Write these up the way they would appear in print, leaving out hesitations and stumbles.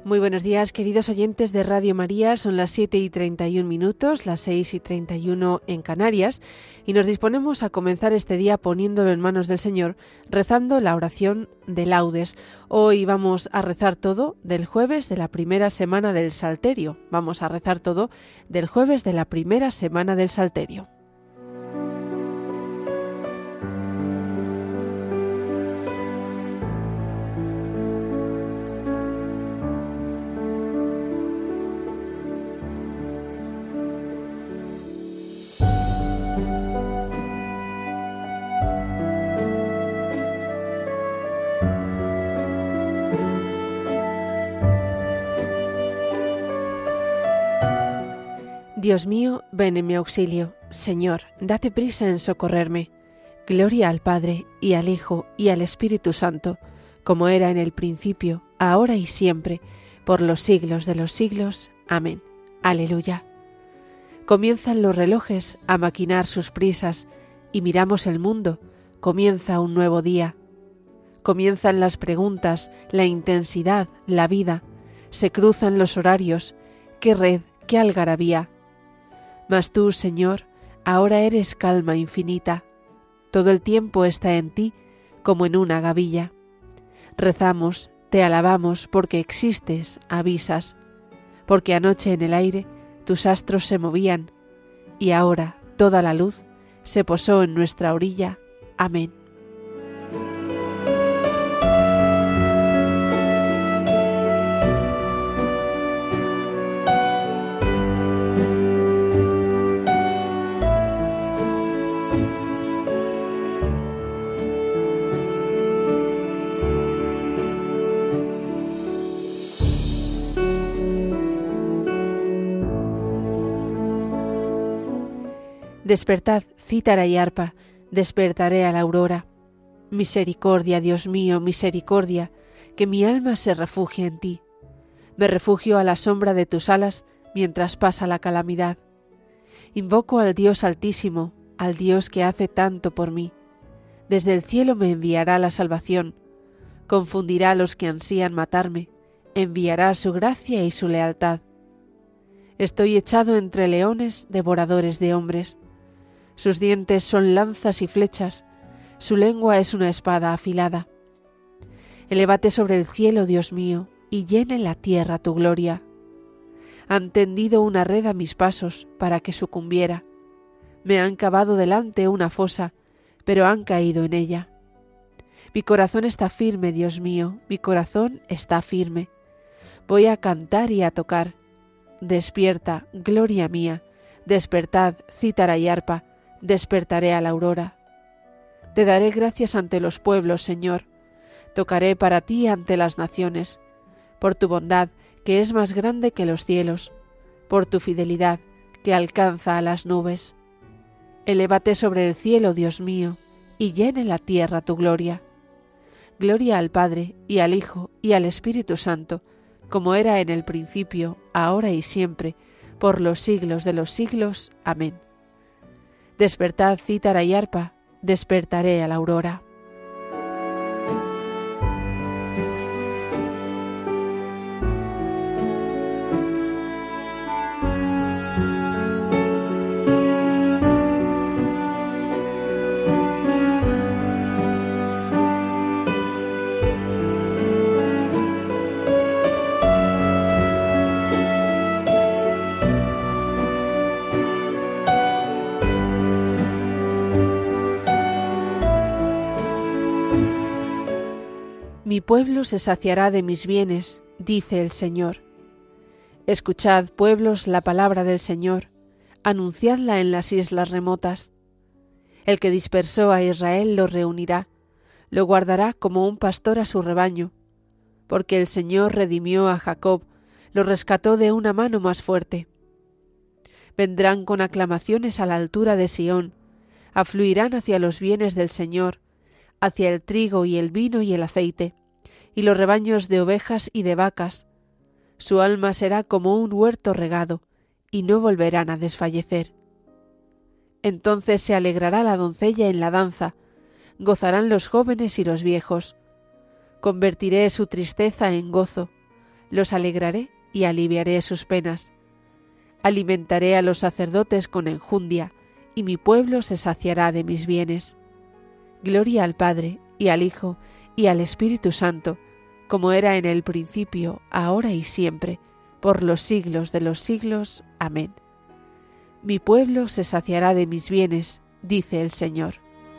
Muy buenos días, queridos oyentes de Radio María. Son las 7:31, las 6:31 en Canarias, y nos disponemos a comenzar este día poniéndolo en manos del Señor, rezando la oración de laudes. Hoy vamos a rezar todo del jueves de la primera semana del Salterio. Vamos a rezar todo del jueves de la primera semana del Salterio. Dios mío, ven en mi auxilio. Señor, date prisa en socorrerme. Gloria al Padre, y al Hijo, y al Espíritu Santo, como era en el principio, ahora y siempre, por los siglos de los siglos. Amén. Aleluya. Comienzan los relojes a maquinar sus prisas, y miramos el mundo. Comienza un nuevo día. Comienzan las preguntas, la intensidad, la vida. Se cruzan los horarios. ¡Qué red, qué algarabía! Mas tú, Señor, ahora eres calma infinita. Todo el tiempo está en ti, como en una gavilla. Rezamos, te alabamos, porque existes, avisas, porque anoche en el aire tus astros se movían, y ahora toda la luz se posó en nuestra orilla. Amén. Despertad, cítara y arpa, despertaré a la aurora. Misericordia, Dios mío, misericordia, que mi alma se refugie en ti. Me refugio a la sombra de tus alas mientras pasa la calamidad. Invoco al Dios Altísimo, al Dios que hace tanto por mí. Desde el cielo me enviará la salvación, confundirá a los que ansían matarme, enviará su gracia y su lealtad. Estoy echado entre leones, devoradores de hombres. Sus dientes son lanzas y flechas, su lengua es una espada afilada. Elévate sobre el cielo, Dios mío, y llene la tierra tu gloria. Han tendido una red a mis pasos para que sucumbiera. Me han cavado delante una fosa, pero han caído en ella. Mi corazón está firme, Dios mío, mi corazón está firme. Voy a cantar y a tocar. Despierta, gloria mía, despertad, cítara y arpa, despertaré a la aurora. Te daré gracias ante los pueblos, Señor. Tocaré para ti ante las naciones, por tu bondad, que es más grande que los cielos, por tu fidelidad, que alcanza a las nubes. Elévate sobre el cielo, Dios mío, y llene la tierra tu gloria. Gloria al Padre, y al Hijo, y al Espíritu Santo, como era en el principio, ahora y siempre, por los siglos de los siglos. Amén. Despertad, cítara y arpa, despertaré a la aurora. Mi pueblo se saciará de mis bienes, dice el Señor. Escuchad, pueblos, la palabra del Señor, anunciadla en las islas remotas. El que dispersó a Israel lo reunirá, lo guardará como un pastor a su rebaño, porque el Señor redimió a Jacob, lo rescató de una mano más fuerte. Vendrán con aclamaciones a la altura de Sión, afluirán hacia los bienes del Señor, hacia el trigo y el vino y el aceite, y los rebaños de ovejas y de vacas. Su alma será como un huerto regado, y no volverán a desfallecer. Entonces se alegrará la doncella en la danza, gozarán los jóvenes y los viejos. Convertiré su tristeza en gozo, los alegraré y aliviaré sus penas. Alimentaré a los sacerdotes con enjundia, y mi pueblo se saciará de mis bienes. Gloria al Padre, y al Hijo, y al Espíritu Santo, como era en el principio, ahora y siempre, por los siglos de los siglos. Amén. Mi pueblo se saciará de mis bienes, dice el Señor.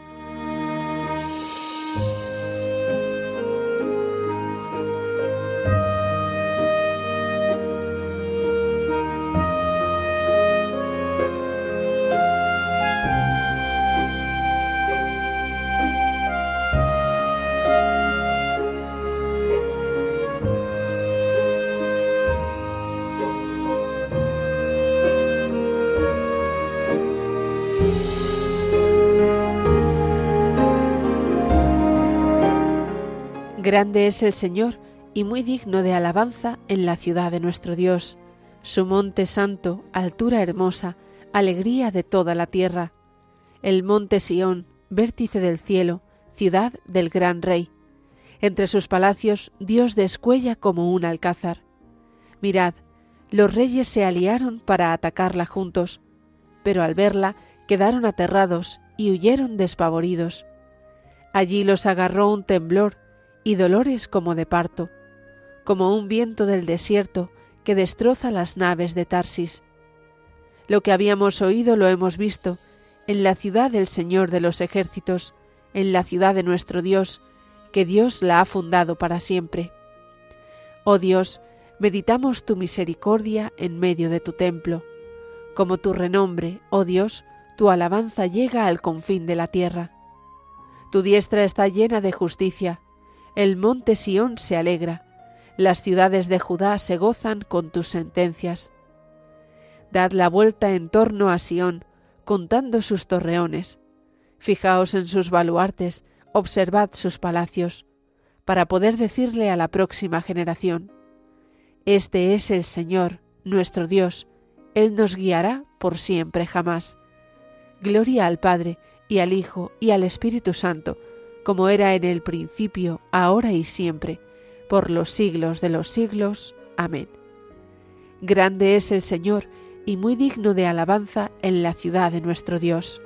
Grande es el Señor y muy digno de alabanza en la ciudad de nuestro Dios. Su monte santo, altura hermosa, alegría de toda la tierra. El monte Sión, vértice del cielo, ciudad del gran Rey. Entre sus palacios Dios descuella como un alcázar. Mirad, los reyes se aliaron para atacarla juntos, pero al verla quedaron aterrados y huyeron despavoridos. Allí los agarró un temblor y dolores como de parto, como un viento del desierto que destroza las naves de Tarsis. Lo que habíamos oído lo hemos visto en la ciudad del Señor de los ejércitos, en la ciudad de nuestro Dios, que Dios la ha fundado para siempre. Oh Dios, meditamos tu misericordia en medio de tu templo. Como tu renombre, oh Dios, tu alabanza llega al confín de la tierra. Tu diestra está llena de justicia, el monte Sión se alegra, las ciudades de Judá se gozan con tus sentencias. Dad la vuelta en torno a Sión, contando sus torreones. Fijaos en sus baluartes, observad sus palacios, para poder decirle a la próxima generación: Este es el Señor, nuestro Dios, Él nos guiará por siempre jamás. Gloria al Padre, y al Hijo, y al Espíritu Santo, como era en el principio, ahora y siempre, por los siglos de los siglos. Amén. Grande es el Señor, y muy digno de alabanza en la ciudad de nuestro Dios.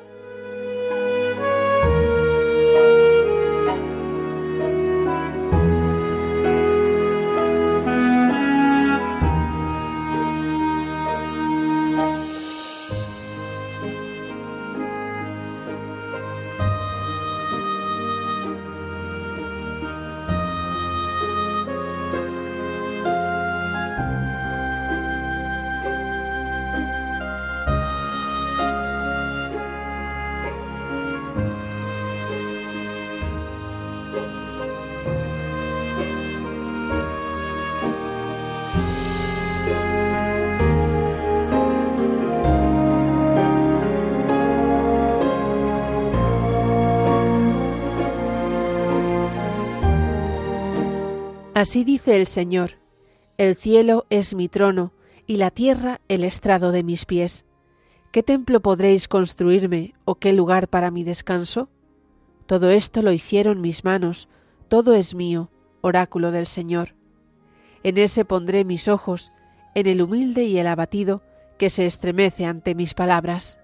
Así dice el Señor: el cielo es mi trono, y la tierra el estrado de mis pies. ¿Qué templo podréis construirme, o qué lugar para mi descanso? Todo esto lo hicieron mis manos, todo es mío, oráculo del Señor. En ese pondré mis ojos, en el humilde y el abatido, que se estremece ante mis palabras.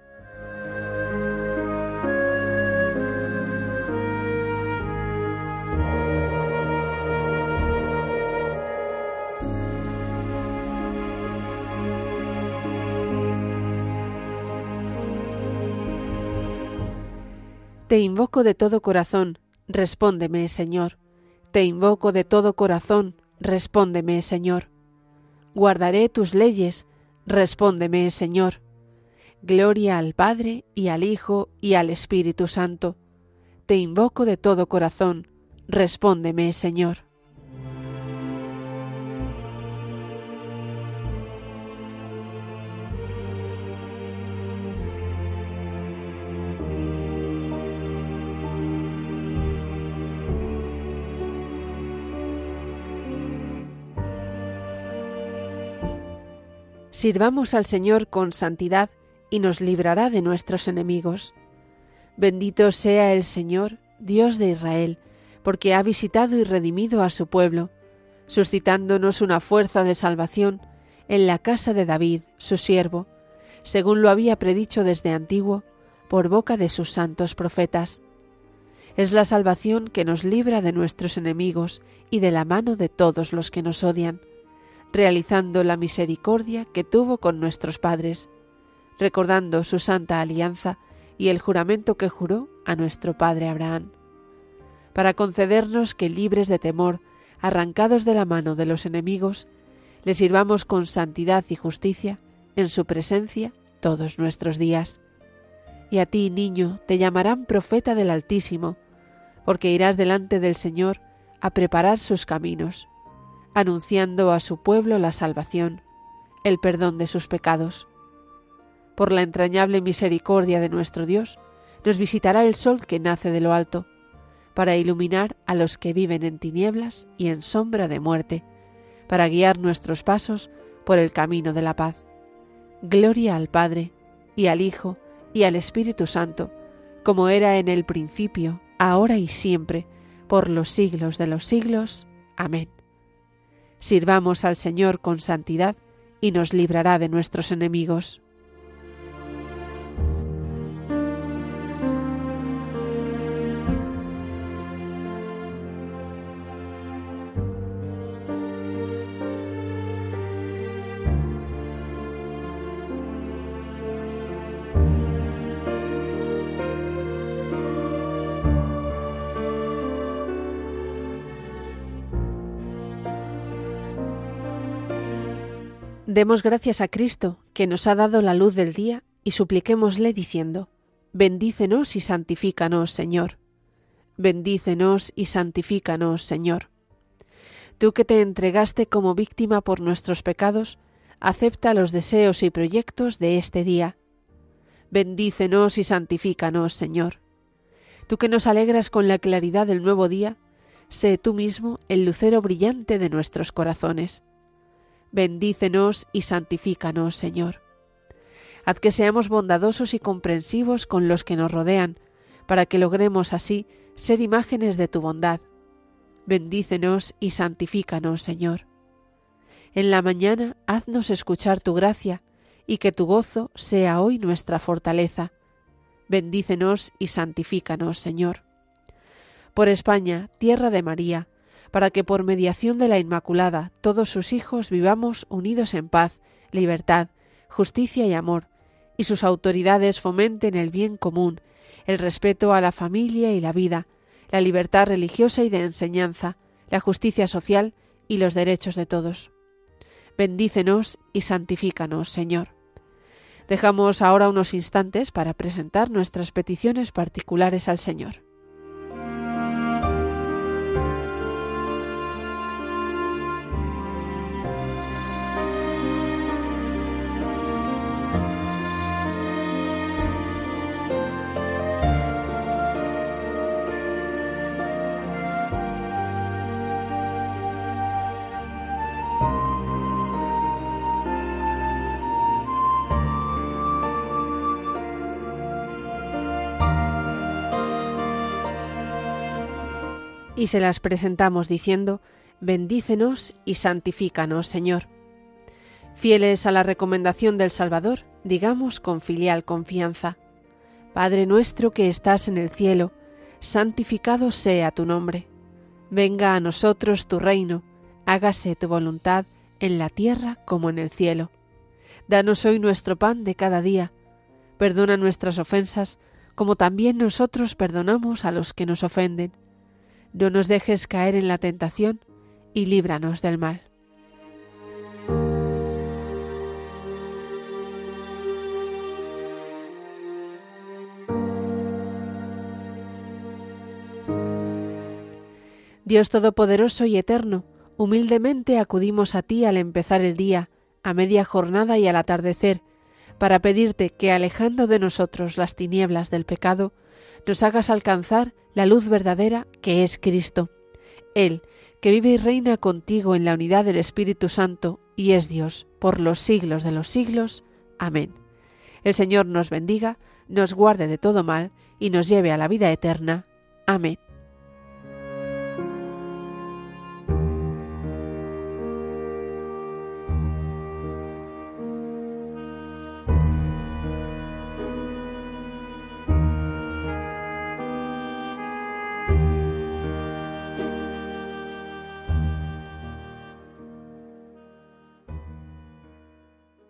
Te invoco de todo corazón, respóndeme, Señor. Te invoco de todo corazón, respóndeme, Señor. Guardaré tus leyes, respóndeme, Señor. Gloria al Padre, y al Hijo, y al Espíritu Santo. Te invoco de todo corazón, respóndeme, Señor. Sirvamos al Señor con santidad y nos librará de nuestros enemigos. Bendito sea el Señor, Dios de Israel, porque ha visitado y redimido a su pueblo, suscitándonos una fuerza de salvación en la casa de David, su siervo, según lo había predicho desde antiguo, por boca de sus santos profetas. Es la salvación que nos libra de nuestros enemigos y de la mano de todos los que nos odian, realizando la misericordia que tuvo con nuestros padres, recordando su santa alianza y el juramento que juró a nuestro padre Abraham, para concedernos que, libres de temor, arrancados de la mano de los enemigos, le sirvamos con santidad y justicia en su presencia todos nuestros días. Y a ti, niño, te llamarán profeta del Altísimo, porque irás delante del Señor a preparar sus caminos, anunciando a su pueblo la salvación, el perdón de sus pecados. Por la entrañable misericordia de nuestro Dios, nos visitará el sol que nace de lo alto, para iluminar a los que viven en tinieblas y en sombra de muerte, para guiar nuestros pasos por el camino de la paz. Gloria al Padre, y al Hijo, y al Espíritu Santo, como era en el principio, ahora y siempre, por los siglos de los siglos. Amén. Sirvamos al Señor con santidad, y nos librará de nuestros enemigos. Demos gracias a Cristo, que nos ha dado la luz del día, y supliquémosle diciendo: Bendícenos y santifícanos, Señor. Bendícenos y santifícanos, Señor. Tú que te entregaste como víctima por nuestros pecados, acepta los deseos y proyectos de este día. Bendícenos y santifícanos, Señor. Tú que nos alegras con la claridad del nuevo día, sé tú mismo el lucero brillante de nuestros corazones. Bendícenos y santifícanos, Señor. Haz que seamos bondadosos y comprensivos con los que nos rodean, para que logremos así ser imágenes de tu bondad. Bendícenos y santifícanos, Señor. En la mañana haznos escuchar tu gracia, y que tu gozo sea hoy nuestra fortaleza. Bendícenos y santifícanos, Señor. Por España, tierra de María, para que por mediación de la Inmaculada todos sus hijos vivamos unidos en paz, libertad, justicia y amor, y sus autoridades fomenten el bien común, el respeto a la familia y la vida, la libertad religiosa y de enseñanza, la justicia social y los derechos de todos. Bendícenos y santifícanos, Señor. Dejamos ahora unos instantes para presentar nuestras peticiones particulares al Señor. Y se las presentamos diciendo: Bendícenos y santifícanos, Señor. Fieles a la recomendación del Salvador, digamos con filial confianza: Padre nuestro que estás en el cielo, santificado sea tu nombre. Venga a nosotros tu reino, hágase tu voluntad en la tierra como en el cielo. Danos hoy nuestro pan de cada día. Perdona nuestras ofensas, como también nosotros perdonamos a los que nos ofenden. No nos dejes caer en la tentación, y líbranos del mal. Dios Todopoderoso y Eterno, humildemente acudimos a ti al empezar el día, a media jornada y al atardecer, para pedirte que, alejando de nosotros las tinieblas del pecado, nos hagas alcanzar la luz verdadera que es Cristo. Él, que vive y reina contigo en la unidad del Espíritu Santo y es Dios por los siglos de los siglos. Amén. El Señor nos bendiga, nos guarde de todo mal y nos lleve a la vida eterna. Amén.